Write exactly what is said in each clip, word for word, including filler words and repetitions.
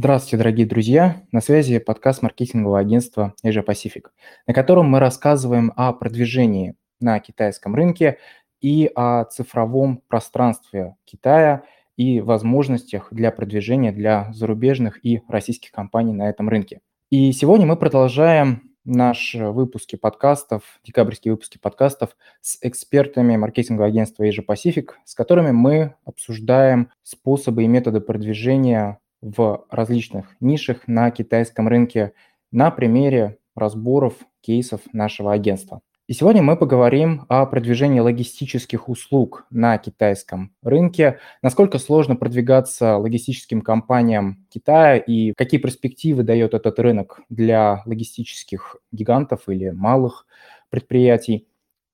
Здравствуйте, дорогие друзья! На связи подкаст маркетингового агентства Asia Pacific, на котором мы рассказываем о продвижении на китайском рынке и о цифровом пространстве Китая и возможностях для продвижения для зарубежных и российских компаний на этом рынке. И сегодня мы продолжаем наши выпуски подкастов, декабрьские выпуски подкастов с экспертами маркетингового агентства Asia Pacific, с которыми мы обсуждаем способы и методы продвижения в различных нишах на китайском рынке на примере разборов кейсов нашего агентства. И сегодня мы поговорим о продвижении логистических услуг на китайском рынке, насколько сложно продвигаться логистическим компаниям Китая и какие перспективы дает этот рынок для логистических гигантов или малых предприятий.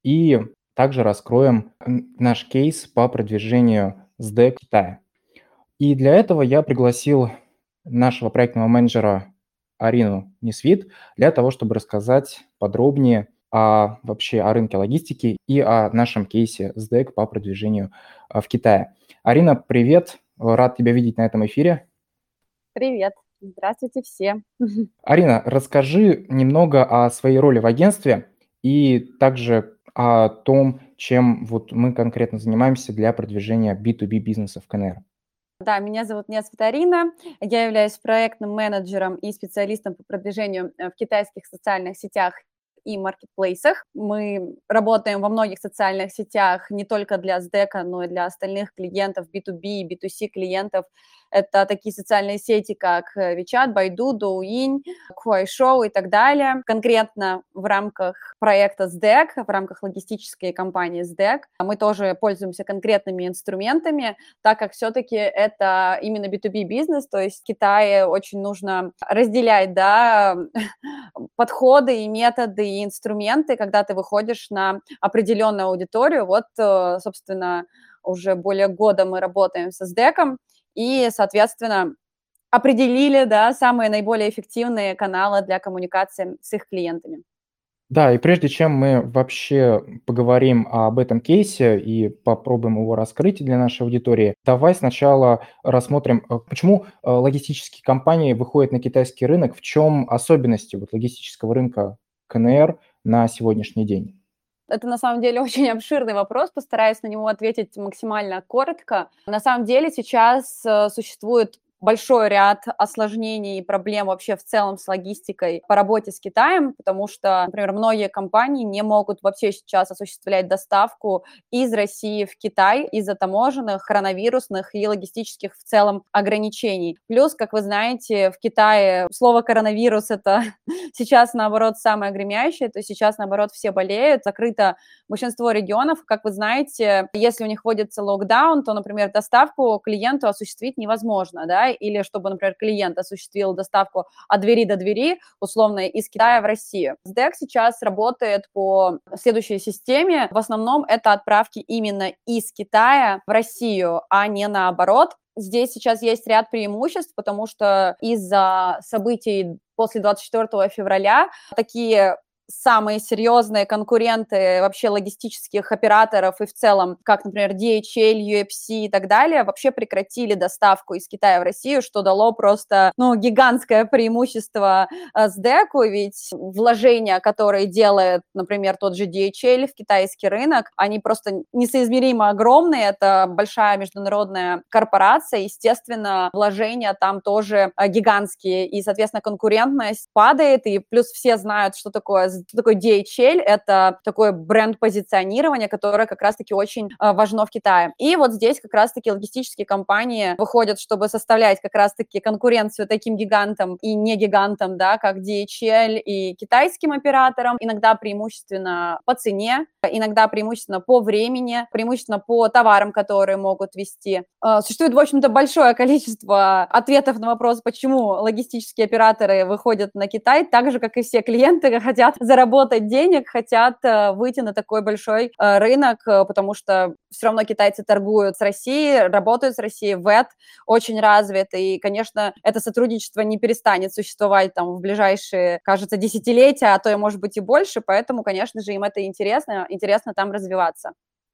И также раскроем наш кейс по продвижению эс дэ Китая. И для этого я пригласил нашего проектного менеджера Арину Несвит для того, чтобы рассказать подробнее о, вообще о рынке логистики и о нашем кейсе эс дэ по продвижению в Китае. Арина, привет! Рад тебя видеть на этом эфире. Привет! Здравствуйте все! Арина, расскажи немного о своей роли в агентстве и также о том, чем вот мы конкретно занимаемся для продвижения би ту би бизнеса в ка эн эр. Да, меня зовут Несвит Арина, я являюсь проектным менеджером и специалистом по продвижению в китайских социальных сетях и маркетплейсах. Мы работаем во многих социальных сетях не только для эс дэ, но и для остальных клиентов, би ту би и би ту си клиентов. Это такие социальные сети, как WeChat, Baidu, Douyin, Kuaishou и так далее. Конкретно в рамках проекта эс дэ, в рамках логистической компании эс дэ, мы тоже пользуемся конкретными инструментами, так как все-таки это именно би ту би бизнес, то есть в Китае очень нужно разделять, да, подходы и методы, и инструменты, когда ты выходишь на определенную аудиторию. Вот, собственно, уже более года мы работаем с эс дэ, и, соответственно, определили, да, самые наиболее эффективные каналы для коммуникации с их клиентами. Да, и прежде чем мы вообще поговорим об этом кейсе и попробуем его раскрыть для нашей аудитории, давай сначала рассмотрим, почему логистические компании выходят на китайский рынок, в чем особенности вот логистического рынка ка эн эр на сегодняшний день. Это на самом деле очень обширный вопрос, постараюсь на него ответить максимально коротко. На самом деле сейчас существует большой ряд осложнений и проблем вообще в целом с логистикой по работе с Китаем, потому что, например, многие компании не могут вообще сейчас осуществлять доставку из России в Китай из-за таможенных, коронавирусных и логистических в целом ограничений. Плюс, как вы знаете, в Китае слово коронавирус – это сейчас, наоборот, самое гремящее, то есть сейчас, наоборот, все болеют, закрыто большинство регионов. Как вы знаете, если у них вводится локдаун, то, например, доставку клиенту осуществить невозможно, да, или чтобы, например, клиент осуществил доставку от двери до двери, условно, из Китая в Россию. эс дэ сейчас работает по следующей системе. В основном это отправки именно из Китая в Россию, а не наоборот. Здесь сейчас есть ряд преимуществ, потому что из-за событий после двадцать четвёртого февраля такие самые серьезные конкуренты вообще логистических операторов и в целом, как, например, ди эйч эл, ю эф си и так далее, вообще прекратили доставку из Китая в Россию, что дало просто, ну, гигантское преимущество эс дэ, ведь вложения, которые делает, например, тот же ди эйч эл в китайский рынок, они просто несоизмеримо огромные, это большая международная корпорация, естественно, вложения там тоже гигантские, и, соответственно, конкурентность падает, и плюс все знают, что такое Что такое ди эйч эл? Это такое бренд-позиционирование, которое как раз-таки очень э, важно в Китае. И вот здесь как раз-таки логистические компании выходят, чтобы составлять как раз-таки конкуренцию таким гигантам и не гигантам, да, как ди эйч эл и китайским операторам, иногда преимущественно по цене, иногда преимущественно по времени, преимущественно по товарам, которые могут везти. Э, существует, в общем-то, большое количество ответов на вопрос, почему логистические операторы выходят на Китай, так же, как и все клиенты хотят заработать денег, хотят э, выйти на такой большой э, рынок, э, потому что все равно китайцы торгуют с Россией, работают с Россией, вэ тэ очень развит, и, конечно, это сотрудничество не перестанет существовать там в ближайшие, кажется, десятилетия, а то и, может быть, и больше, поэтому, конечно же, им это интересно, интересно там развиваться.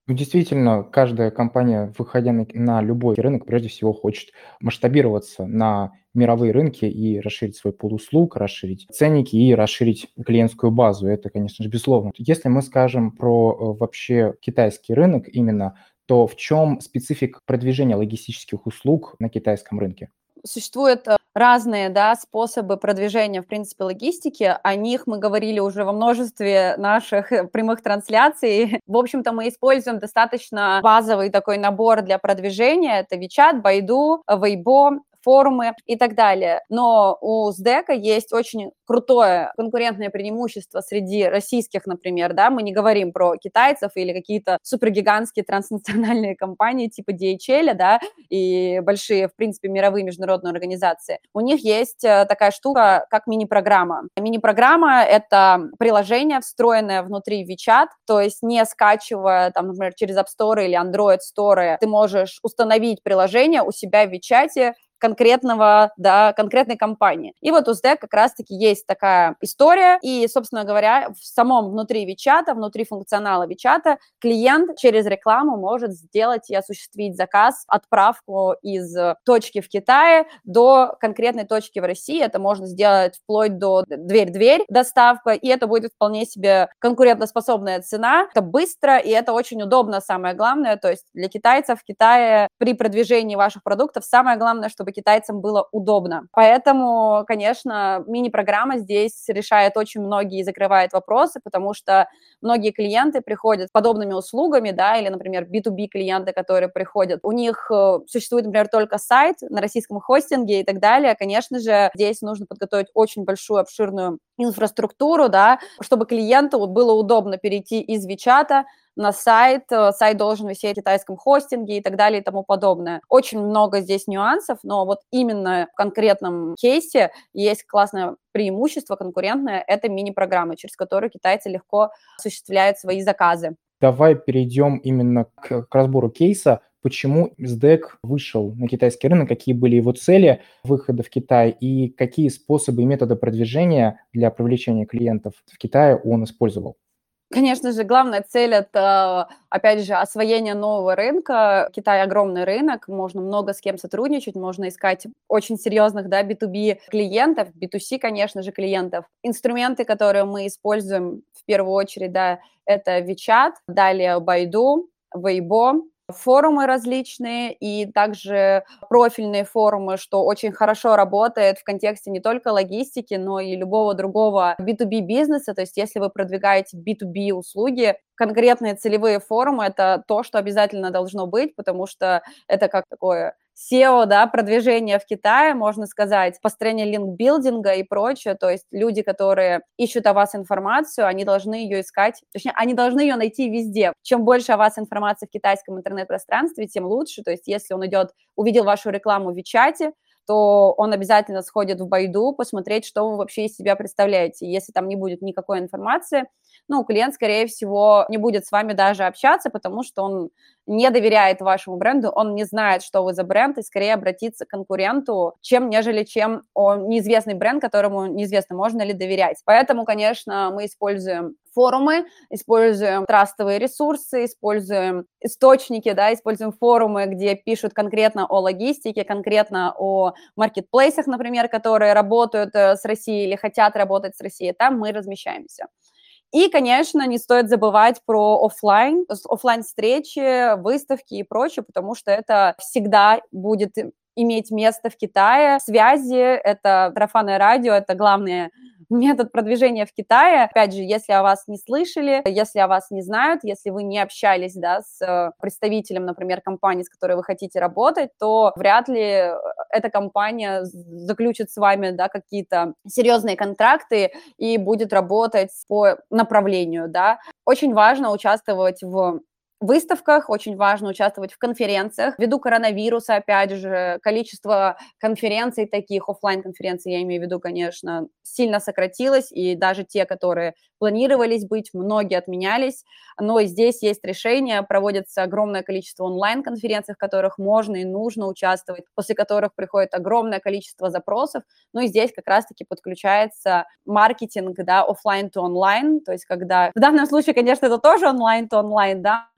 Ну, действительно, каждая компания, выходя на, на любой рынок, прежде всего хочет масштабироваться на мировые рынки и расширить свой пул услуг, расширить ценники и расширить клиентскую базу. Это, конечно же, безусловно. Если мы скажем про э, вообще китайский рынок именно, то в чем специфика продвижения логистических услуг на китайском рынке? Существуют э, разные, да, способы продвижения, в принципе, логистики. О них мы говорили уже во множестве наших э, прямых трансляций. В общем-то, мы используем достаточно базовый такой набор для продвижения. Это WeChat, Baidu, Weibo, форумы и так далее. Но у Сдэка есть очень крутое конкурентное преимущество среди российских, например, да, мы не говорим про китайцев или какие-то супергигантские транснациональные компании типа ди эйч эл, да, и большие, в принципе, мировые международные организации. У них есть такая штука, как мини-программа. Мини-программа — это приложение, встроенное внутри WeChat, то есть не скачивая, там, например, через App Store или Android Store, ты можешь установить приложение у себя в WeChat, конкретного, да, конкретной компании. И вот у Сдэк как раз-таки есть такая история, и, собственно говоря, в самом внутри WeChat, внутри функционала WeChat клиент через рекламу может сделать и осуществить заказ, отправку из точки в Китае до конкретной точки в России. Это можно сделать вплоть до дверь-дверь доставка, и это будет вполне себе конкурентоспособная цена. Это быстро, и это очень удобно, самое главное. То есть для китайцев в Китае при продвижении ваших продуктов самое главное, чтобы китайцам было удобно. Поэтому, конечно, мини-программа здесь решает очень многие и закрывает вопросы, потому что многие клиенты приходят с подобными услугами, да, или, например, би ту би клиенты, которые приходят, у них существует, например, только сайт на российском хостинге и так далее. Конечно же, здесь нужно подготовить очень большую, обширную инфраструктуру, да, чтобы клиенту было удобно перейти из WeChat на сайт, сайт должен висеть в китайском хостинге и так далее и тому подобное. Очень много здесь нюансов, но вот именно в конкретном кейсе есть классное преимущество конкурентное, это мини-программы, через которые китайцы легко осуществляют свои заказы. Давай перейдем именно к, к разбору кейса. Почему Сдэк вышел на китайский рынок, какие были его цели выхода в Китай и какие способы и методы продвижения для привлечения клиентов в Китае он использовал? Конечно же, главная цель – это, опять же, освоение нового рынка. Китай – огромный рынок, можно много с кем сотрудничать, можно искать очень серьезных, да, би ту би клиентов, би ту си, конечно же, клиентов. Инструменты, которые мы используем в первую очередь, да, это WeChat, далее Baidu, Weibo, форумы различные и также профильные форумы, что очень хорошо работает в контексте не только логистики, но и любого другого би ту би бизнеса. То есть если вы продвигаете би ту би услуги, конкретные целевые форумы – это то, что обязательно должно быть, потому что это как такое сео, да, продвижение в Китае, можно сказать, построение линкбилдинга и прочее. То есть люди, которые ищут о вас информацию, они должны ее искать, точнее, они должны ее найти везде. Чем больше о вас информации в китайском интернет-пространстве, тем лучше. То есть если он идет, увидел вашу рекламу в WeChat, то он обязательно сходит в Baidu, посмотреть, что вы вообще из себя представляете. Если там не будет никакой информации, ну, клиент, скорее всего, не будет с вами даже общаться, потому что он не доверяет вашему бренду, он не знает, что вы за бренд, и скорее обратится к конкуренту, чем нежели чем он неизвестный бренд, которому неизвестно, можно ли доверять. Поэтому, конечно, мы используем форумы, используем трастовые ресурсы, используем источники, да, используем форумы, где пишут конкретно о логистике, конкретно о маркетплейсах, например, которые работают с Россией или хотят работать с Россией. Там мы размещаемся. И, конечно, не стоит забывать про офлайн, офлайн встречи, выставки и прочее, потому что это всегда будет иметь место в Китае. Связи – это сарафанное радио, это главный метод продвижения в Китае. Опять же, если о вас не слышали, если о вас не знают, если вы не общались, да, с представителем, например, компании, с которой вы хотите работать, то вряд ли эта компания заключит с вами, да, какие-то серьезные контракты и будет работать по направлению, да. Очень важно участвовать в выставках, очень важно участвовать в конференциях. Ввиду коронавируса, опять же, количество конференций таких, офлайн-конференций, я имею в виду, конечно, сильно сократилось, и даже те, которые планировались быть, многие отменялись. Но здесь есть решение, проводится огромное количество онлайн-конференций, в которых можно и нужно участвовать, после которых приходит огромное количество запросов. Ну и здесь как раз-таки подключается маркетинг, да, офлайн to онлайн, то есть когда, в данном случае, конечно, это тоже онлайн to онлайн, да,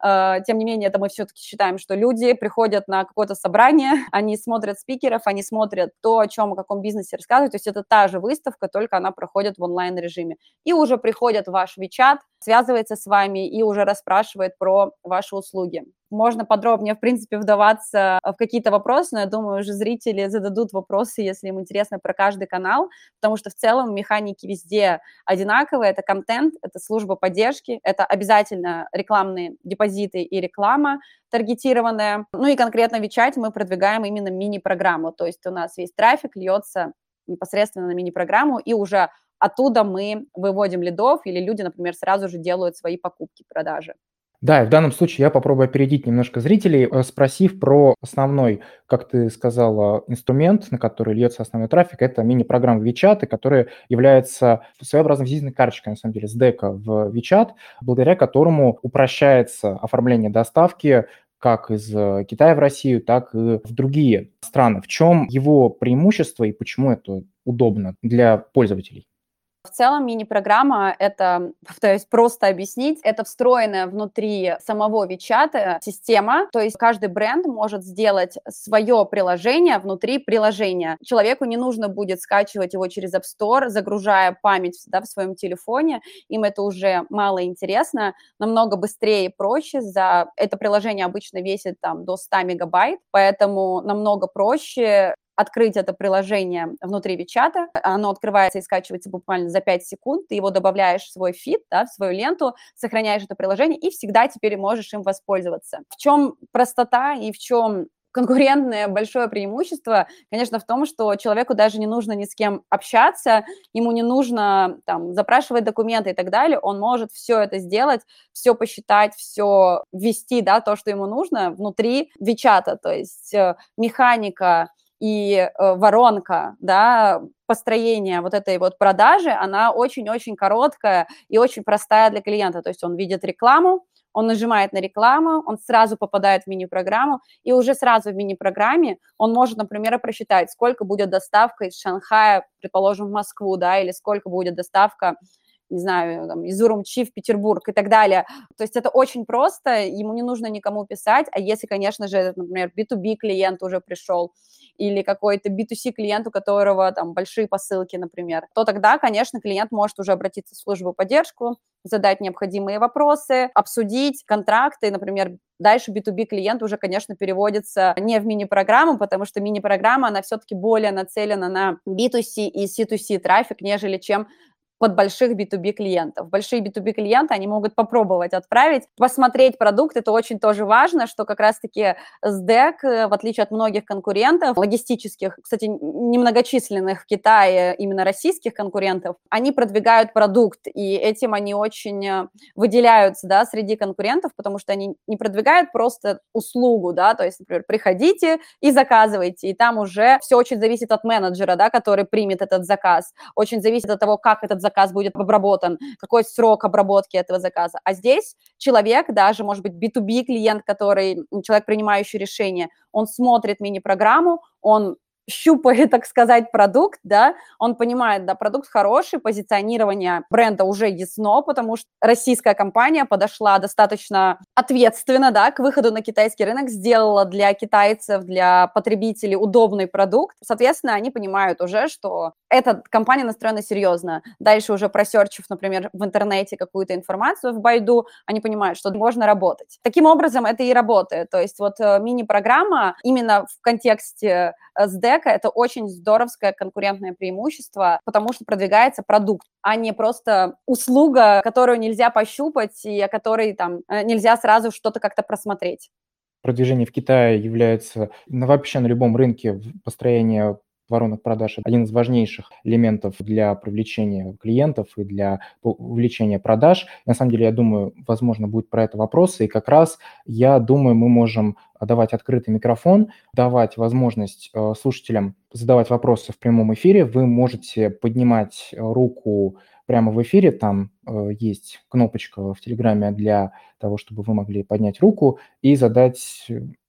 э, тем не менее, это мы все-таки считаем, что люди приходят на какое-то собрание, они смотрят спикеров, они смотрят то, о чем, о каком бизнесе рассказывают, то есть это та же выставка, только она проходит в онлайн-режиме. И уже приходят в ваш WeChat, связывается с вами и уже расспрашивает про ваши услуги. Можно подробнее, в принципе, вдаваться в какие-то вопросы, но я думаю, уже зрители зададут вопросы, если им интересно, про каждый канал, потому что в целом механики везде одинаковые. Это контент, это служба поддержки, это обязательно рекламные депозиты и реклама таргетированная. Ну и конкретно в WeChat мы продвигаем именно мини-программу, то есть у нас весь трафик льется непосредственно на мини-программу, и уже оттуда мы выводим лидов, или люди, например, сразу же делают свои покупки, продажи. Да, и в данном случае я попробую опередить немножко зрителей, э, спросив про основной, как ты сказала, инструмент, на который льется основной трафик, это мини-программа WeChat, которая является своеобразной визитной карточкой, на самом деле, с дека в WeChat, благодаря которому упрощается оформление доставки как из э, Китая в Россию, так и в другие страны. В чем его преимущество и почему это удобно для пользователей? В целом мини-программа – это, повторюсь, просто объяснить, это встроенная внутри самого WeChat система, то есть каждый бренд может сделать свое приложение внутри приложения. Человеку не нужно будет скачивать его через App Store, загружая память, да, в своем телефоне, им это уже мало интересно, намного быстрее и проще. За это приложение обычно весит там до ста мегабайт, поэтому намного проще открыть это приложение внутри WeChat, оно открывается и скачивается буквально за пять секунд, ты его добавляешь в свой фид, да, в свою ленту, сохраняешь это приложение и всегда теперь можешь им воспользоваться. В чем простота и в чем конкурентное большое преимущество, конечно, в том, что человеку даже не нужно ни с кем общаться, ему не нужно там запрашивать документы и так далее, он может все это сделать, все посчитать, все ввести, да, то, что ему нужно внутри WeChat, то есть э, механика и э, воронка, да, построения вот этой вот продажи, она очень-очень короткая и очень простая для клиента. То есть он видит рекламу, он нажимает на рекламу, он сразу попадает в мини-программу, и уже сразу в мини-программе он может, например, просчитать, сколько будет доставка из Шанхая, предположим, в Москву, да, или сколько будет доставка, не знаю, там, из Урумчи в Петербург и так далее. То есть это очень просто, ему не нужно никому писать, а если, конечно же, например, би ту би клиент уже пришел, или какой-то би ту си клиент, у которого там большие посылки, например, то тогда, конечно, клиент может уже обратиться в службу поддержку, задать необходимые вопросы, обсудить контракты, например, дальше би ту би клиент уже, конечно, переводится не в мини-программу, потому что мини-программа, она все-таки более нацелена на би ту си и си ту си трафик, нежели чем под больших би ту би клиентов. Большие би ту би клиенты, они могут попробовать отправить, посмотреть продукт, это очень тоже важно, что как раз-таки эс дек, в отличие от многих конкурентов, логистических, кстати, немногочисленных в Китае, именно российских конкурентов, они продвигают продукт, и этим они очень выделяются, да, среди конкурентов, потому что они не продвигают просто услугу, да, то есть, например, приходите и заказывайте, и там уже все очень зависит от менеджера, да, который примет этот заказ, очень зависит от того, как этот заказ заказ будет обработан, какой срок обработки этого заказа. А здесь человек, даже, может быть, би ту би клиент, который, человек, принимающий решение, он смотрит мини-программу, он щупает, так сказать, продукт, да, он понимает, да, продукт хороший, позиционирование бренда уже ясно, потому что российская компания подошла достаточно ответственно, да, к выходу на китайский рынок, сделала для китайцев, для потребителей удобный продукт, соответственно, они понимают уже, что эта компания настроена серьезно. Дальше уже просерчив, например, в интернете какую-то информацию в Байду, они понимают, что можно работать. Таким образом, это и работает, то есть вот мини-программа именно в контексте эс дек это очень здоровское конкурентное преимущество, потому что продвигается продукт, а не просто услуга, которую нельзя пощупать и о которой там нельзя сразу что-то как-то просмотреть. Продвижение в Китае является ну, вообще на любом рынке построения воронок продаж один из важнейших элементов для привлечения клиентов и для увеличения продаж. На самом деле, я думаю, возможно, будет про это вопросы, и как раз, я думаю, мы можем давать открытый микрофон, давать возможность э, слушателям задавать вопросы в прямом эфире. Вы можете поднимать руку прямо в эфире, там э, есть кнопочка в Телеграме для того, чтобы вы могли поднять руку и задать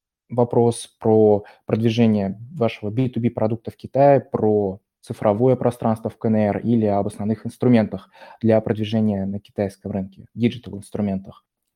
вопрос про продвижение вашего би ту би продукта в Китае, про цифровое пространство в ка эн эр или об основных инструментах для продвижения на китайском рынке, диджитал инструментах.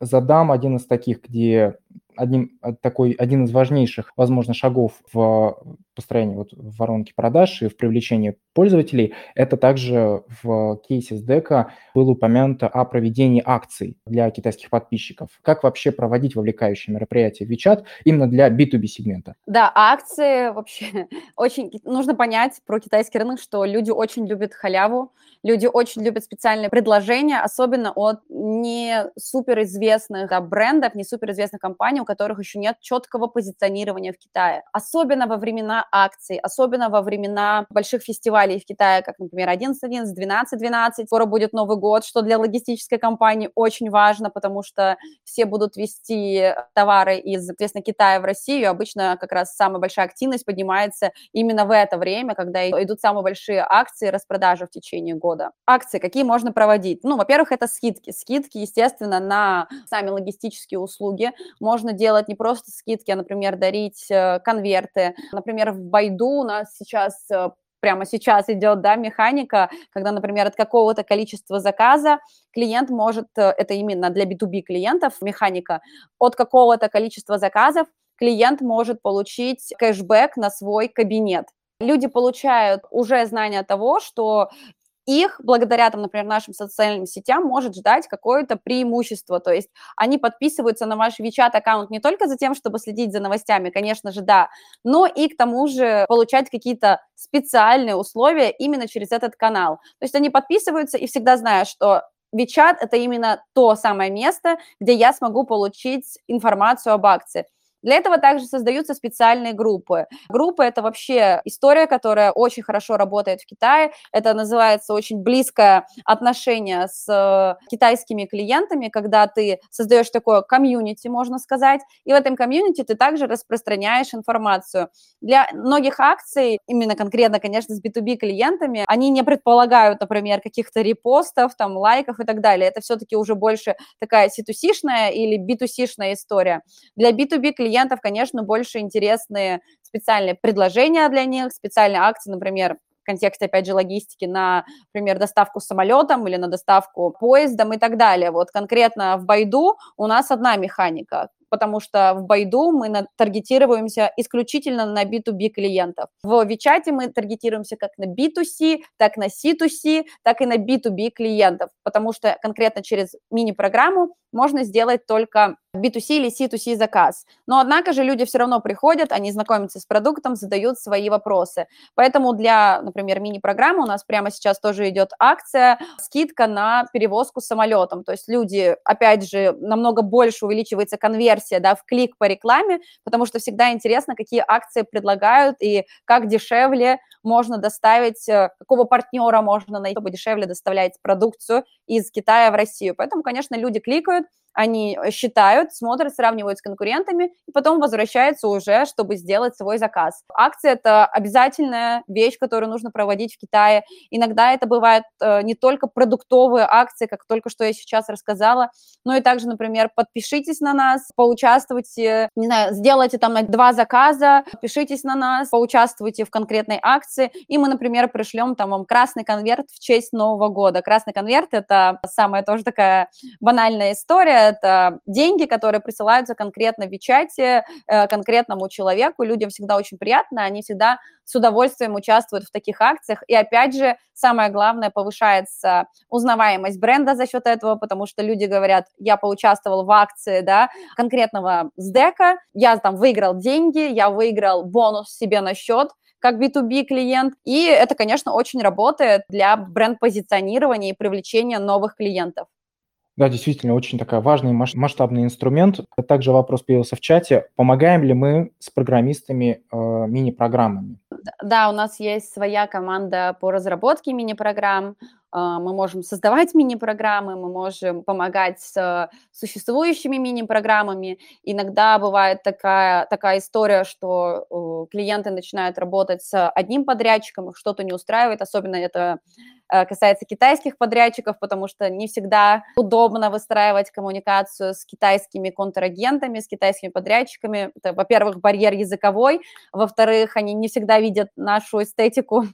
задам один из таких, где одним, э, такой, один из важнейших, возможно, шагов в построении вот воронки продаж и в привлечении пользователей, это также в кейсе с Дека было упомянуто о проведении акций для китайских подписчиков. Как вообще проводить вовлекающие мероприятия в WeChat именно для би ту би сегмента? Да, акции вообще очень... Нужно понять про китайский рынок, что люди очень любят халяву, люди очень любят специальные предложения, особенно от не суперизвестных да, брендов, не суперизвестных компаний, у которых еще нет четкого позиционирования в Китае. Особенно во времена акций, особенно во времена больших фестивалей в Китае, как, например, одиннадцать одиннадцать, двенадцать двенадцать. Скоро будет Новый год, что для логистической компании очень важно, потому что все будут везти товары из, соответственно, Китая в Россию. Обычно как раз самая большая активность поднимается именно в это время, когда идут самые большие акции, распродажи в течение года. Акции какие можно проводить? Ну, во-первых, это скидки. Скидки, естественно, на сами логистические услуги. Можно делать не просто скидки, а, например, дарить конверты. Например, в Байду у нас сейчас прямо сейчас идет, да, механика, когда, например, от какого-то количества заказа клиент может, это именно для би ту би клиентов, механика, от какого-то количества заказов клиент может получить кэшбэк на свой кабинет. Люди получают уже знание того, что их, благодаря, там, например, нашим социальным сетям, может ждать какое-то преимущество. То есть они подписываются на ваш WeChat-аккаунт не только за тем, чтобы следить за новостями, конечно же, да, но и к тому же получать какие-то специальные условия именно через этот канал. То есть они подписываются и всегда знают, что WeChat – это именно то самое место, где я смогу получить информацию об акции. Для этого также создаются специальные группы. Группы – это вообще история, которая очень хорошо работает в Китае. Это называется очень близкое отношение с китайскими клиентами, когда ты создаешь такое комьюнити, можно сказать, и в этом комьюнити ты также распространяешь информацию. Для многих акций, именно конкретно, конечно, с би ту би клиентами, они не предполагают, например, каких-то репостов, там, лайков и так далее. Это все-таки уже больше такая си ту си-шная или би ту си-шная история. Для би ту би клиентов клиентов, конечно, больше интересные специальные предложения для них, специальные акции, например, в контексте, опять же, логистики, на, например, доставку самолетом или на доставку поездом и так далее. Вот конкретно в Байду у нас одна механика, потому что в Байду мы таргетируемся исключительно на би ту би клиентов. В WeChat мы таргетируемся как на би ту си, так на си ту си, так и на би ту би клиентов, потому что конкретно через мини-программу можно сделать только би ту си или си ту си заказ. Но, однако же, люди все равно приходят, они знакомятся с продуктом, задают свои вопросы. Поэтому для, например, мини-программы у нас прямо сейчас тоже идет акция, скидка на перевозку самолетом. То есть люди, опять же, намного больше увеличивается конверсия, да, в клик по рекламе, потому что всегда интересно, какие акции предлагают и как дешевле можно доставить, какого партнера можно найти, чтобы дешевле доставлять продукцию из Китая в Россию. Поэтому, конечно, люди кликают, они считают, смотрят, сравнивают с конкурентами и потом возвращаются уже, чтобы сделать свой заказ. Акция – это обязательная вещь, которую нужно проводить в Китае. Иногда это бывают не только продуктовые акции, как только что я сейчас рассказала, но и также, например, подпишитесь на нас, поучаствуйте, не знаю, сделайте там два заказа, подпишитесь на нас, поучаствуйте в конкретной акции, и мы, например, пришлем там вам красный конверт в честь Нового года. Красный конверт – это самая тоже такая банальная история. Это деньги, которые присылаются конкретно в WeChat конкретному человеку. Людям всегда очень приятно, они всегда с удовольствием участвуют в таких акциях. И опять же, самое главное, повышается узнаваемость бренда за счет этого, потому что люди говорят, я поучаствовал в акции, да, конкретного сдека, я там выиграл деньги, я выиграл бонус себе на счет, как би ту би клиент, и это, конечно, очень работает для бренд-позиционирования и привлечения новых клиентов. Да, действительно, очень такой важный масштабный инструмент. Также вопрос появился в чате. Помогаем ли мы с программистами э, мини-программами? Да, у нас есть своя команда по разработке мини-программ. Мы можем создавать мини-программы, мы можем помогать с существующими мини-программами. Иногда бывает такая, такая история, что клиенты начинают работать с одним подрядчиком, их что-то не устраивает, особенно это касается китайских подрядчиков, потому что не всегда удобно выстраивать коммуникацию с китайскими контрагентами, с китайскими подрядчиками. Это, во-первых, барьер языковой, во-вторых, они не всегда видят нашу эстетику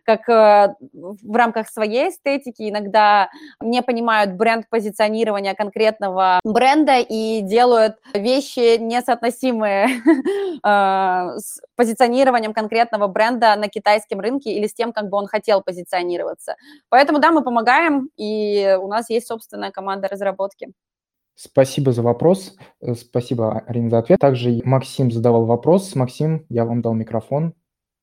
как э, в рамках своей эстетики, иногда не понимают бренд-позиционирования конкретного бренда и делают вещи несоотносимые с позиционированием конкретного бренда на китайском рынке или с тем, как бы он хотел позиционироваться. Поэтому, да, мы помогаем, и у нас есть собственная команда разработки. Спасибо за вопрос. Э, Спасибо, Арина, за ответ. Также и Максим задавал вопрос. Максим, я вам дал микрофон.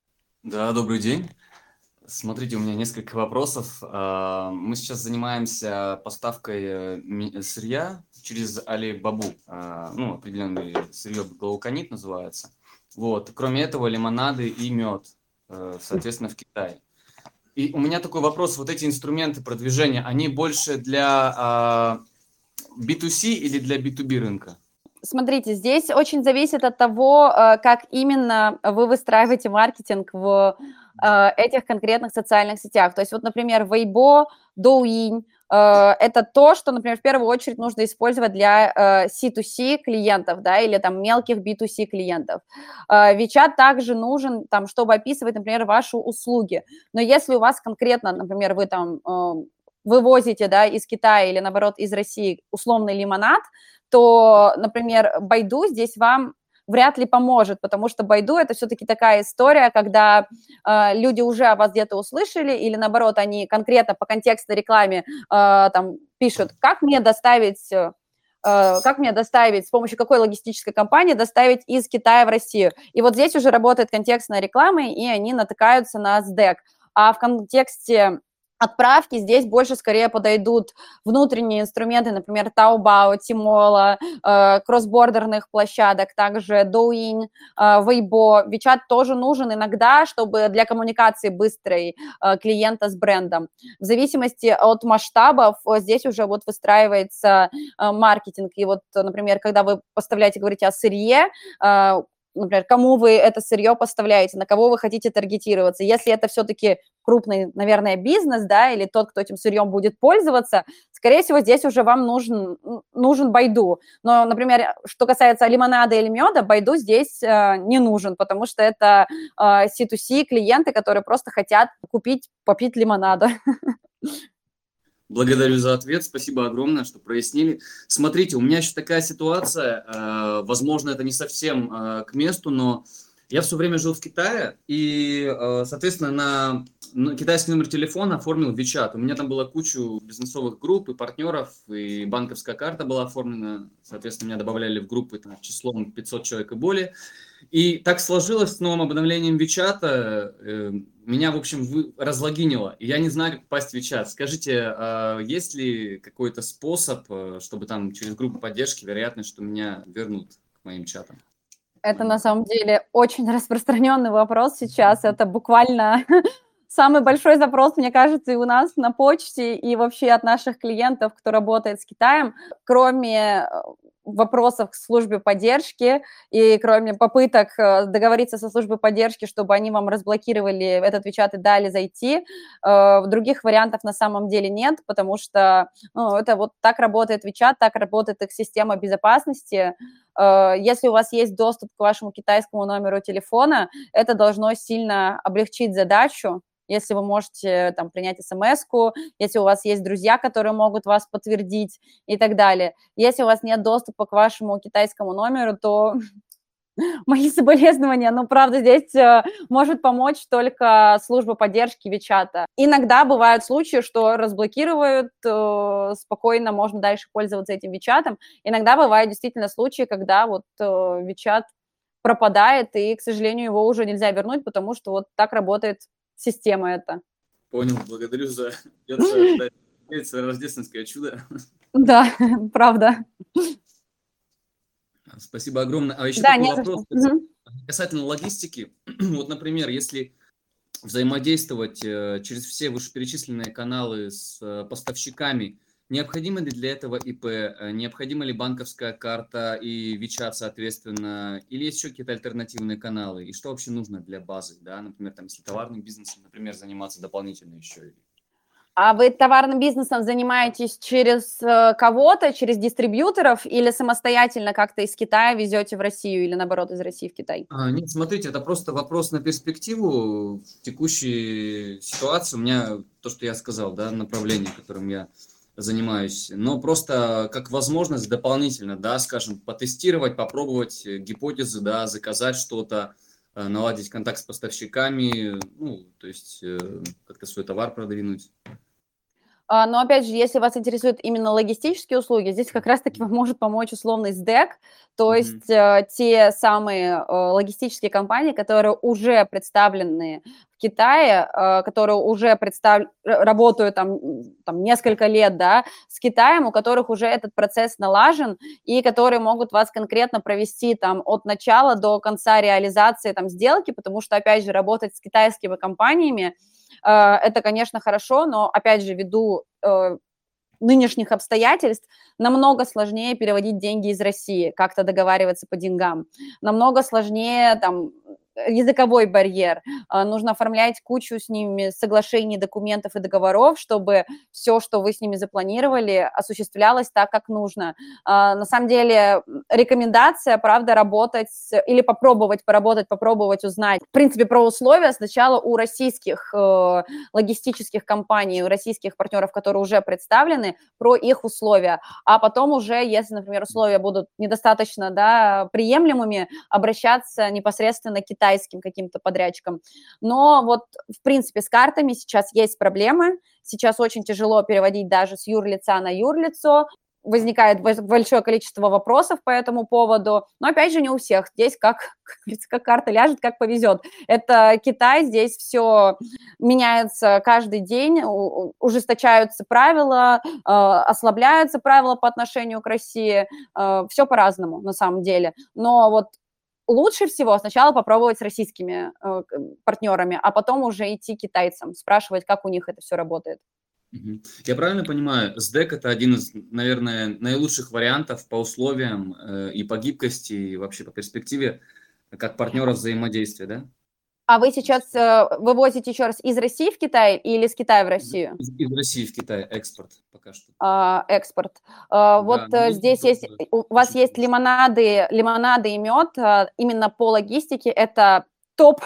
Да, добрый день. Смотрите, у меня несколько вопросов. А, Мы сейчас занимаемся поставкой э, ми- сырья через Alibaba. А, Ну, определенный сырье глауконит называется. Вот. Кроме этого, лимонады и мед, э, соответственно, в Китае. И у меня такой вопрос. Вот эти инструменты продвижения, они больше для а, би ту си или для би ту би рынка? Смотрите, здесь очень зависит от того, э, как именно вы выстраиваете маркетинг в э, этих конкретных социальных сетях. То есть вот, например, Weibo, Douyin э, – это то, что, например, в первую очередь нужно использовать для э, си ту си клиентов, да, или там мелких би ту си клиентов. Э, WeChat также нужен, там, чтобы описывать, например, ваши услуги. Но если у вас конкретно, например, вы там э, вывозите, да, из Китая или, наоборот, из России условный лимонад, то, например, Байду здесь вам вряд ли поможет, потому что Байду – это все-таки такая история, когда э, люди уже о вас где-то услышали, или, наоборот, они конкретно по контекстной рекламе э, там пишут, как мне доставить… э, как мне доставить, с помощью какой логистической компании доставить из Китая в Россию. И вот здесь уже работает контекстная реклама, и они натыкаются на эс-ди-эй. А в контексте отправки здесь больше скорее подойдут внутренние инструменты, например, Taobao, Tmall, э, кроссбордерных площадок, также Douyin, э, Weibo. WeChat тоже нужен иногда, чтобы для коммуникации быстрой э, клиента с брендом. В зависимости от масштабов э, здесь уже вот выстраивается э, маркетинг. И вот, например, когда вы поставляете, говорите о сырье, э, например, кому вы это сырье поставляете, на кого вы хотите таргетироваться. Если это все-таки крупный, наверное, бизнес, да, или тот, кто этим сырьем будет пользоваться, скорее всего, здесь уже вам нужен, нужен Байду. Но, например, что касается лимонада или меда, Байду здесь э, не нужен, потому что это э, си ту си клиенты, которые просто хотят купить, попить лимонада. Благодарю за ответ, спасибо огромное, что прояснили. Смотрите, у меня еще такая ситуация, э, возможно, это не совсем э, к месту, но я все время жил в Китае, и, э, соответственно, на, на китайский номер телефона оформил WeChat. У меня там была куча бизнесовых групп и партнеров, и банковская карта была оформлена, соответственно, меня добавляли в группы там, числом пятьсот человек и более. И так сложилось с новым обновлением WeChat, э, меня, в общем, вы, разлогинило, и я не знаю, как попасть в WeChat. Скажите, э, есть ли какой-то способ, э, чтобы там через группу поддержки вероятность, что меня вернут к моим чатам? Это на самом деле очень распространенный вопрос сейчас. Это буквально самый большой запрос, мне кажется, и у нас на почте, и вообще от наших клиентов, кто работает с Китаем. Кроме вопросов к службе поддержки и кроме попыток договориться со службой поддержки, чтобы они вам разблокировали этот WeChat и дали зайти, других вариантов на самом деле нет, потому что ну, это вот так работает WeChat, так работает их система безопасности. Если у вас есть доступ к вашему китайскому номеру телефона, это должно сильно облегчить задачу. Если вы можете там, принять смс-ку, если у вас есть друзья, которые могут вас подтвердить и так далее. Если у вас нет доступа к вашему китайскому номеру, то мои соболезнования, но, правда, здесь э, может помочь только служба поддержки WeChat. Иногда бывают случаи, что разблокируют, э, спокойно можно дальше пользоваться этим WeChat. Иногда бывают действительно случаи, когда вот э, WeChat пропадает, и, к сожалению, его уже нельзя вернуть, потому что вот так работает система эта. Понял, благодарю за это рождественское чудо. Да, правда. Спасибо огромное. А еще Да, такой не за вопрос что. Мгм. касательно логистики. Вот, например, если взаимодействовать э, через все вышеперечисленные каналы с э, поставщиками, необходимо ли для этого ИП, э, необходима ли банковская карта и WeChat, соответственно, или есть еще какие-то альтернативные каналы? И что вообще нужно для базы, да, например, там, если товарным бизнесом, например, заниматься дополнительно еще? А вы товарным бизнесом занимаетесь через э, кого-то, через дистрибьюторов или самостоятельно как-то из Китая везете в Россию или наоборот из России в Китай? А, нет, смотрите, это просто вопрос на перспективу. В текущей ситуации у меня то, что я сказал, да, направление, которым я занимаюсь, но просто как возможность дополнительно, да, скажем, потестировать, попробовать э, гипотезы, да, заказать что-то, э, наладить контакт с поставщиками, ну, то есть э, как-то свой товар продвинуть. А, Но опять же, если вас интересуют именно логистические услуги, здесь как раз-таки вам может помочь условный СДЭК, то Мгм. есть э, те самые э, логистические компании, которые уже представлены в Китае, э, которые уже представ... р- работают там, м, там несколько лет, да, с Китаем, у которых уже этот процесс налажен, и которые могут вас конкретно провести там от начала до конца реализации там сделки, потому что, опять же, работать с китайскими компаниями, э, это, конечно, хорошо, но, опять же, ввиду э, нынешних обстоятельств намного сложнее переводить деньги из России, как-то договариваться по деньгам. Намного сложнее там языковой барьер. А, Нужно оформлять кучу с ними соглашений, документов и договоров, чтобы все, что вы с ними запланировали, осуществлялось так, как нужно. А, На самом деле м, рекомендация, правда, работать с- или попробовать поработать, попробовать узнать, в принципе, про условия сначала у российских э, логистических компаний, у российских партнеров, которые уже представлены, про их условия, а потом уже, если, например, условия будут недостаточно, да, приемлемыми, обращаться непосредственно к китайским каким-то подрядчикам. Но вот, в принципе, с картами сейчас есть проблемы, сейчас очень тяжело переводить даже с юрлица на юрлицо, возникает бо- большое количество вопросов по этому поводу, но, опять же, не у всех. Здесь как, как говорится, как карта ляжет, как повезет. Это Китай, здесь все меняется каждый день, у- у- ужесточаются правила, э, ослабляются правила по отношению к России, все по-разному на самом деле. Но вот лучше всего сначала попробовать с российскими э, к- партнерами, а потом уже идти к китайцам, спрашивать, как у них это все работает. Мгм. Я правильно понимаю, СДЭК это один из, наверное, наилучших вариантов по условиям э, и по гибкости, и вообще по перспективе, как партнера взаимодействия, да? А вы сейчас э, вывозите еще раз из России в Китай или с Китая в Из, Россию? из- из России в Китай экспорт пока что. А, экспорт. А, Да, Вот но э, есть здесь есть, тоже у вас очень есть хороший. лимонады, лимонады и мед, а, именно по логистике это топ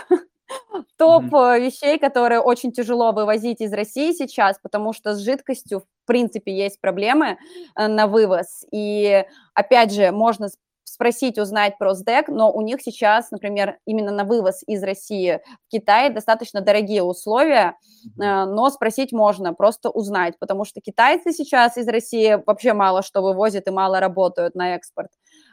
топ Мгм. э, вещей, которые очень тяжело вывозить из России сейчас, потому что с жидкостью, в принципе, есть проблемы э, на вывоз. И, опять же, можно с- спросить, узнать про СДЭК, но у них сейчас, например, именно на вывоз из России в Китай достаточно дорогие условия, Мгм. э, но спросить можно, просто узнать, потому что китайцы сейчас из России вообще мало что вывозят и мало работают на экспорт.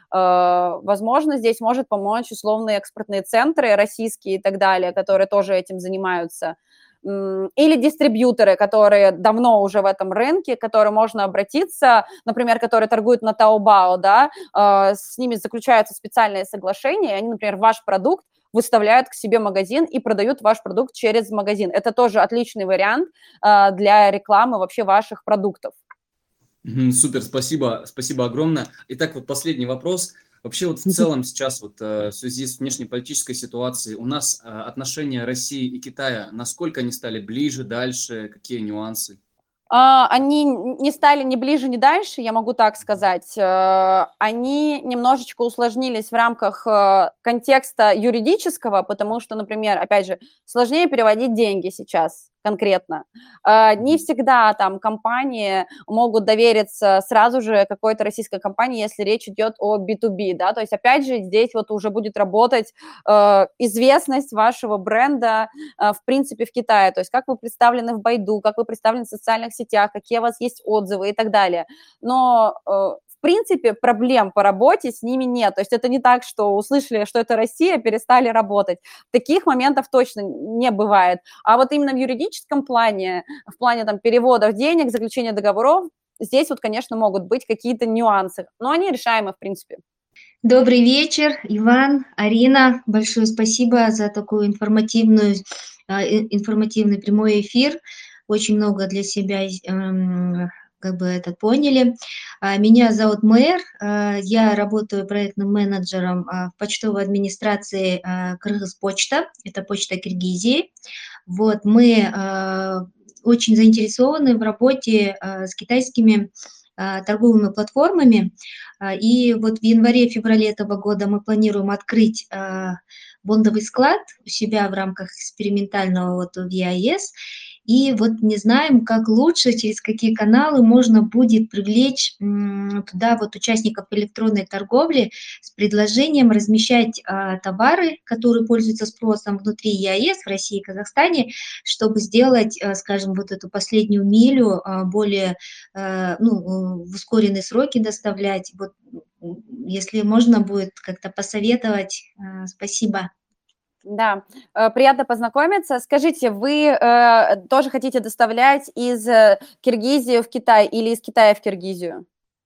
Э, Возможно, здесь может помочь условные экспортные центры российские и так далее, которые тоже этим занимаются. М, Или дистрибьюторы, которые давно уже в этом рынке, к которым можно обратиться, например, которые торгуют на Taobao, да, э, с ними заключаются специальные соглашения, и они, например, ваш продукт выставляют к себе магазин и продают ваш продукт через магазин. Это тоже отличный вариант э, для рекламы вообще ваших продуктов. Мгм. Супер, спасибо, спасибо огромное. Итак, вот последний вопрос. Вообще вот в целом сейчас вот э, в связи с внешнеполитической ситуацией у нас э, отношения России и Китая, насколько они стали ближе, дальше, какие нюансы? А, Они не стали ни ближе, ни дальше, я могу так сказать. Э, Они немножечко усложнились в рамках э, контекста юридического, потому что, например, опять же, сложнее переводить деньги сейчас конкретно. Э, Не Мгм. всегда там компании могут довериться сразу же какой-то российской компании, если речь идет о би ту би, да, то есть опять же здесь вот уже будет работать э, известность вашего бренда, а, в принципе, в Китае, то есть как вы представлены в Байду, как вы представлены в социальных сетях, какие у вас есть отзывы и так далее. Но, э, в принципе, проблем по работе с ними нет. То есть это не так, что услышали, что это Россия, перестали работать. Таких моментов точно не бывает. А вот именно в юридическом плане, в плане там переводов денег, заключения договоров, здесь вот, конечно, могут быть какие-то нюансы, но они решаемы, в принципе. Добрый вечер, Иван, Арина. Большое спасибо за такую информативную, а, и- информативный прямой эфир. Очень много для себя эм, как бы это поняли. А, Меня зовут Мэр. а, Я работаю проектным менеджером а, в почтовой администрации а, Кыргызпочта. Это почта Киргизии. Вот мы а, очень заинтересованы в работе э, с китайскими э, торговыми платформами. А, И вот в январе-феврале этого года мы планируем открыть э, бондовый склад у себя в рамках экспериментального вот ви ай эс. И вот не знаем, как лучше, через какие каналы можно будет привлечь м, туда вот участников электронной торговли с предложением размещать а, товары, которые пользуются спросом внутри и ай эс в России и Казахстане, чтобы сделать, а, скажем, вот эту последнюю милю а, более а, ну, в ускоренные сроки доставлять. Вот, м, если можно будет как-то посоветовать, а, спасибо. Да, э, приятно познакомиться. Скажите, вы э, тоже хотите доставлять из э, Киргизии в Китай или из Китая в Киргизию?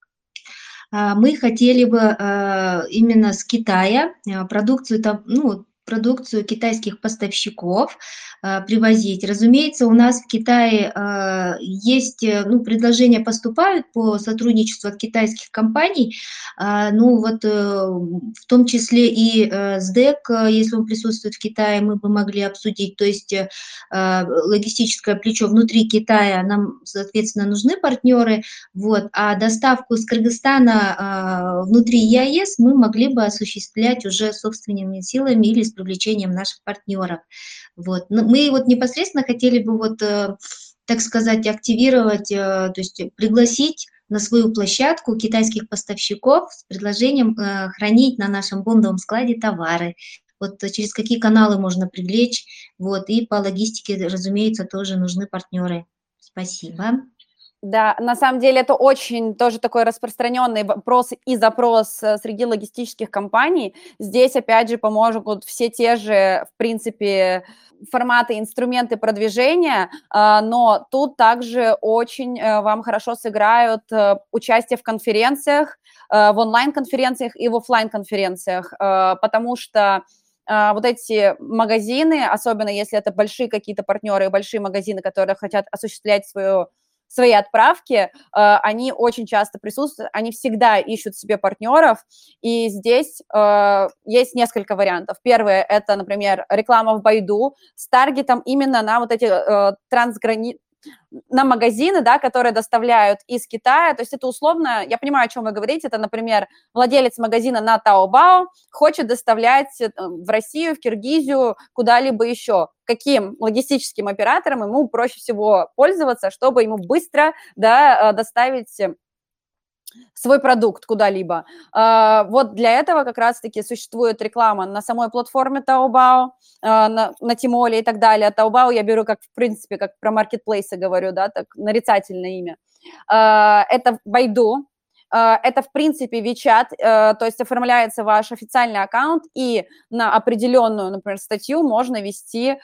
А, Мы хотели бы а, именно с Китая а, продукцию, там, ну, продукцию китайских поставщиков а, привозить. Разумеется, у нас в Китае а, есть, э, ну, предложения поступают по сотрудничеству от китайских компаний, а, ну, вот э, в том числе и э, с дэк, э, если он присутствует в Китае, мы бы могли обсудить. То есть э, а, логистическое плечо внутри Китая, нам, соответственно, нужны партнеры, вот, а доставку из Кыргызстана а, внутри и ай эс мы могли бы осуществлять уже собственными силами или с привлечением наших партнеров. Вот. Но мы вот непосредственно хотели бы вот, э, так сказать, активировать, э, то есть пригласить на свою площадку китайских поставщиков с предложением э, хранить на нашем бондовом складе товары. Вот э, через какие каналы можно привлечь, вот, и по логистике, разумеется, тоже нужны партнеры. Спасибо. Да, на самом деле это очень тоже такой распространенный вопрос и запрос э, среди логистических компаний. Здесь, опять же, помогут все те же, в принципе, форматы, инструменты продвижения, а, но тут также очень э, вам хорошо сыграют э, участие в конференциях, э, в онлайн-конференциях и в офлайн-конференциях, э, потому что а, вот эти магазины, особенно если это большие какие-то партнеры и большие магазины, которые хотят осуществлять свою свои отправки, э, они очень часто присутствуют, они всегда ищут себе партнеров, и здесь э, есть несколько вариантов. Первое – это, например, реклама в Байду с таргетом именно на вот эти э, трансграни... на магазины, да, которые доставляют из Китая, то есть это условно, я понимаю, о чем вы говорите, это, например, владелец магазина на Taobao хочет доставлять в Россию, в Киргизию, куда-либо еще. Каким логистическим оператором ему проще всего пользоваться, чтобы ему быстро, да, доставить свой продукт куда-либо. Вот для этого как раз-таки существует реклама на самой платформе Taobao, на, на Tmall и так далее. Taobao я беру как, в принципе, как про маркетплейсы говорю, да, так нарицательное имя. Это Байду, это, в принципе, WeChat, то есть оформляется ваш официальный аккаунт, и на определенную, например, статью можно вести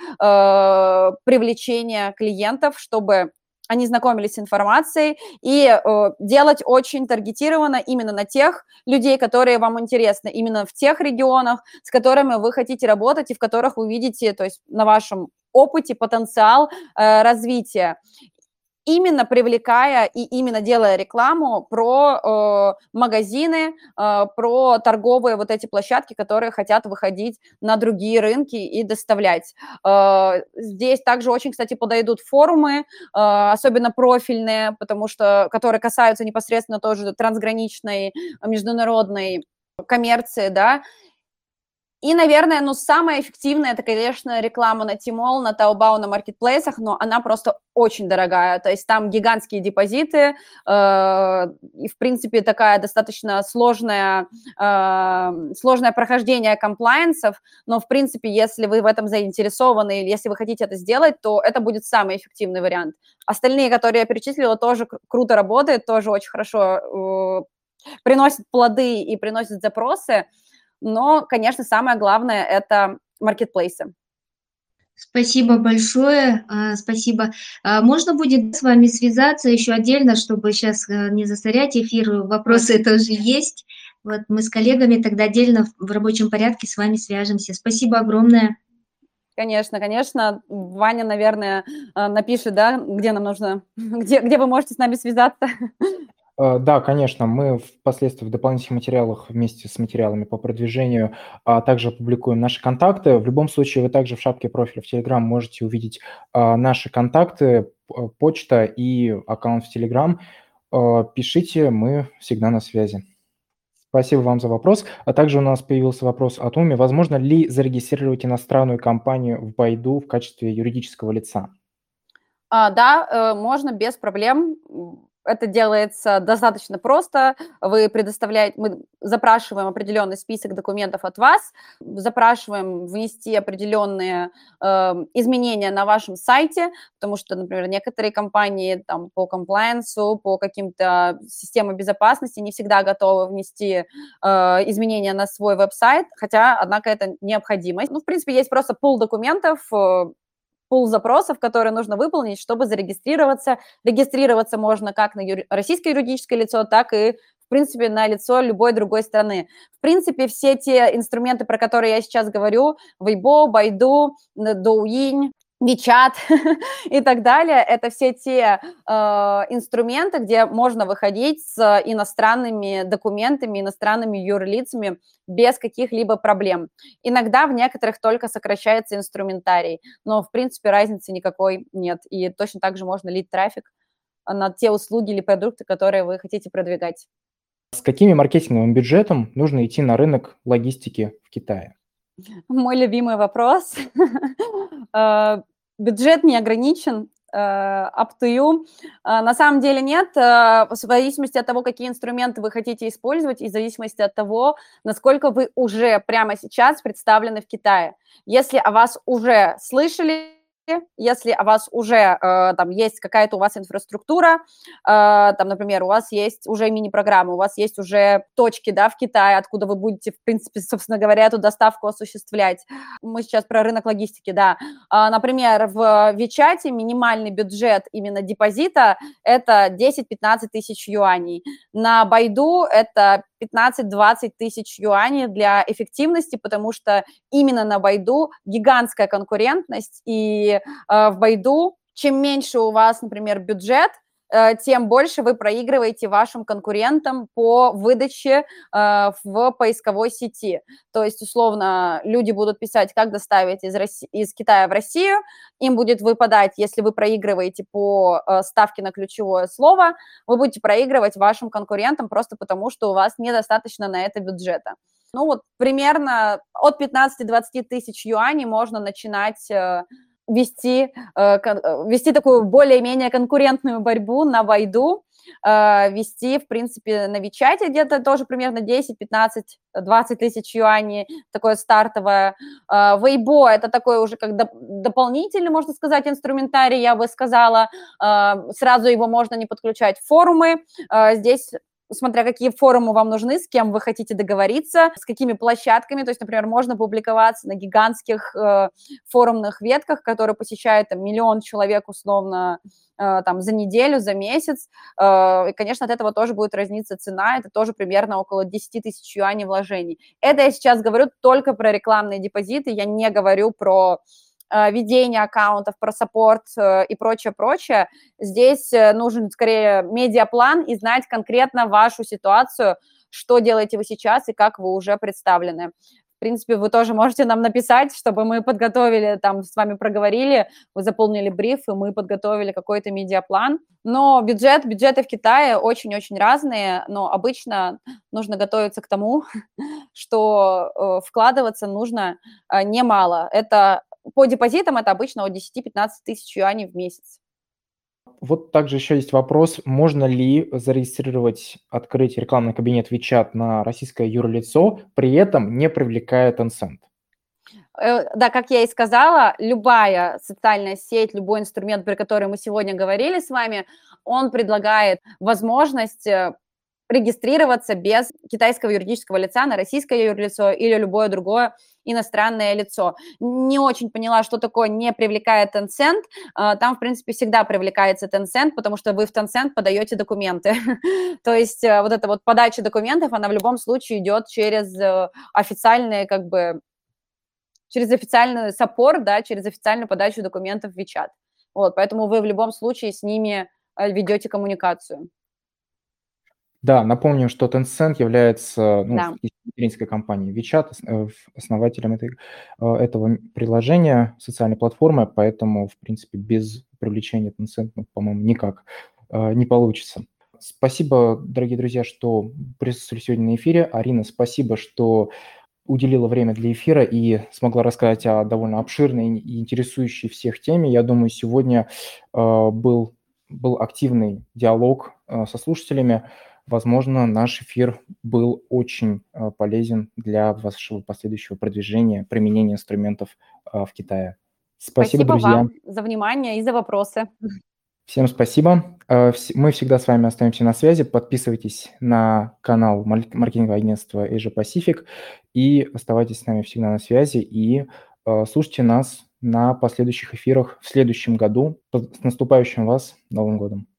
привлечение клиентов, чтобы они знакомились с информацией, и э, делать очень таргетированно именно на тех людей, которые вам интересны, именно в тех регионах, с которыми вы хотите работать и в которых вы видите, то есть на вашем опыте потенциал э, развития. Именно привлекая и именно делая рекламу про э, магазины, э, про торговые вот эти площадки, которые хотят выходить на другие рынки и доставлять. Э, здесь также очень, кстати, подойдут форумы, э, особенно профильные, потому что, которые касаются непосредственно тоже трансграничной международной коммерции, да. И, наверное, ну, самое эффективное – это, конечно, реклама на Tmall, на Taobao, на маркетплейсах, но она просто очень дорогая. То есть там гигантские депозиты, э, и, в принципе, такая достаточно сложная, э, сложное прохождение комплайенсов, но, в принципе, если вы в этом заинтересованы или если вы хотите это сделать, то это будет самый эффективный вариант. Остальные, которые я перечислила, тоже кру- круто работают, тоже очень хорошо э, приносят плоды и приносят запросы. Но, конечно, самое главное – это маркетплейсы. Спасибо большое, а, спасибо. А Можно будет с вами связаться еще отдельно, чтобы сейчас не засорять эфир, вопросы тоже есть. Вот мы с коллегами тогда отдельно в в рабочем порядке с вами свяжемся. Спасибо огромное. Конечно, конечно. Ваня, наверное, э, напишет, да, где нам нужно, где, где вы можете с нами связаться. Э, Да, конечно, мы впоследствии в дополнительных материалах вместе с материалами по продвижению а, также опубликуем наши контакты. В любом случае, вы также в шапке профиля в Telegram можете увидеть а, наши контакты п- почта и аккаунт в Telegram. Э, Пишите, мы всегда на связи. Спасибо вам за вопрос. А также у нас появился вопрос от Уми. Возможно ли зарегистрировать иностранную компанию в Байду в качестве юридического лица? А, да, э, можно без проблем. М, Это делается достаточно просто. Вы предоставляете, мы запрашиваем определенный список документов от вас, запрашиваем внести определенные э, изменения на вашем сайте, потому что, например, некоторые компании там по комплайенсу, по каким-то системам безопасности не всегда готовы внести э, изменения на свой веб-сайт, хотя, однако, это необходимость. Ну, в принципе, есть просто пул документов, э, пул запросов, которые нужно выполнить, чтобы зарегистрироваться. Регистрироваться можно как на юри- российское юридическое лицо, так и, в принципе, на лицо любой другой страны. В принципе, все те инструменты, про которые я сейчас говорю, Weibo, Baidu, Douyin, WeChat и так далее, это все те э, инструменты, где можно выходить с иностранными документами, иностранными юрлицами без каких-либо проблем. Иногда в некоторых только сокращается инструментарий, но, в принципе, разницы никакой нет. И точно так же можно лить трафик на те услуги или продукты, которые вы хотите продвигать. С какими маркетинговым бюджетом нужно идти на рынок логистики в Китае? Мой любимый вопрос. Э, Бюджет не ограничен, э, up to you. Э, На самом деле нет, э, в зависимости от того, какие инструменты вы хотите использовать, и в зависимости от того, насколько вы уже прямо сейчас представлены в Китае. Если о вас уже слышали, если о вас уже э, там есть какая-то у вас инфраструктура, э, там, например, у вас есть уже мини-программы, у вас есть уже точки, да, в Китае, откуда вы будете, в принципе, собственно говоря, эту доставку осуществлять. Мы сейчас про рынок логистики, да. А, например, в WeChat минимальный бюджет именно депозита – это десять-пятнадцать тысяч юаней. На Байду это пятнадцать-двадцать тысяч юаней для эффективности, потому что именно на Байду гигантская конкурентность, и э, в Байду чем меньше у вас, например, бюджет, э, тем больше вы проигрываете вашим конкурентам по выдаче э, в поисковой сети. То есть, условно, люди будут писать, как доставить из, Росси- из Китая в Россию, им будет выпадать, если вы проигрываете по э, ставке на ключевое слово, вы будете проигрывать вашим конкурентам просто потому, что у вас недостаточно на это бюджета. Ну вот примерно от пятнадцати-двадцати тысяч юаней можно начинать э, вести, э, кон- э, вести такую более-менее конкурентную борьбу на Байду, э, вести, в принципе, на Вичате где-то тоже примерно десять, пятнадцать, двадцать тысяч юаней, такое стартовое. Э, Weibo – это такой уже как доп- дополнительный, можно сказать, инструментарий, я бы сказала. Э, Сразу его можно не подключать в форумы. Э, Здесь смотря какие форумы вам нужны, с кем вы хотите договориться, с какими площадками. То есть, например, можно публиковаться на гигантских э, форумных ветках, которые посещают там, миллион человек условно э, там, за неделю, за месяц. Э, и, конечно, от этого тоже будет разниться цена. Это тоже примерно около десять тысяч юаней вложений. Это я сейчас говорю только про рекламные депозиты. Я не говорю про ведение аккаунтов, про саппорт э, и прочее-прочее. Здесь э, нужен скорее медиаплан и знать конкретно вашу ситуацию, что делаете вы сейчас и как вы уже представлены. В принципе, вы тоже можете нам написать, чтобы мы подготовили, там, с вами проговорили, вы заполнили бриф, и мы подготовили какой-то медиаплан. Но бюджет, бюджеты в Китае очень-очень разные, но обычно нужно готовиться к тому, что э, вкладываться нужно э, немало. Это по депозитам это обычно от десяти-пятнадцати тысяч юаней в месяц. Вот также еще есть вопрос, можно ли зарегистрировать, открыть рекламный кабинет WeChat на российское юрлицо, при этом не привлекая Tencent? Э, Да, как я и сказала, любая социальная сеть, любой инструмент, про который мы сегодня говорили с вами, он предлагает возможность э, регистрироваться без китайского юридического лица на российское юрлицо или любое другое иностранное лицо. Не очень поняла, что такое не привлекает Tencent. Э, Там, в принципе, всегда привлекается Tencent, потому что вы в Tencent подаете документы. То есть э, вот эта вот подача документов, она в любом случае идет через э, официальные, как бы, через официальный саппорт, да, через официальную подачу документов в WeChat. Вот, поэтому вы в любом случае с ними э, ведете коммуникацию. Да, напомню, что Tencent является, ну, Да. фактически материнской компании WeChat, ос- э, основателем этой, э, этого приложения, социальной платформы, поэтому, в принципе, без привлечения Tencent, ну, по-моему, никак э, не получится. Спасибо, дорогие друзья, что присутствовали сегодня на эфире. Арина, спасибо, что уделила время для эфира и смогла рассказать о довольно обширной и интересующей всех теме. Я думаю, сегодня э, был, был активный диалог э, со слушателями. Возможно, наш эфир был очень э, полезен для вашего последующего продвижения, применения инструментов э, в Китае. Спасибо, Спасибо друзья. вам за внимание и за вопросы. Всем спасибо. Э, вс- Мы всегда с вами остаемся на связи. Подписывайтесь на канал мар- маркетингового агентства Asia Pacific и оставайтесь с нами всегда на связи и э, слушайте нас на последующих эфирах в следующем году. С наступающим вас Новым годом!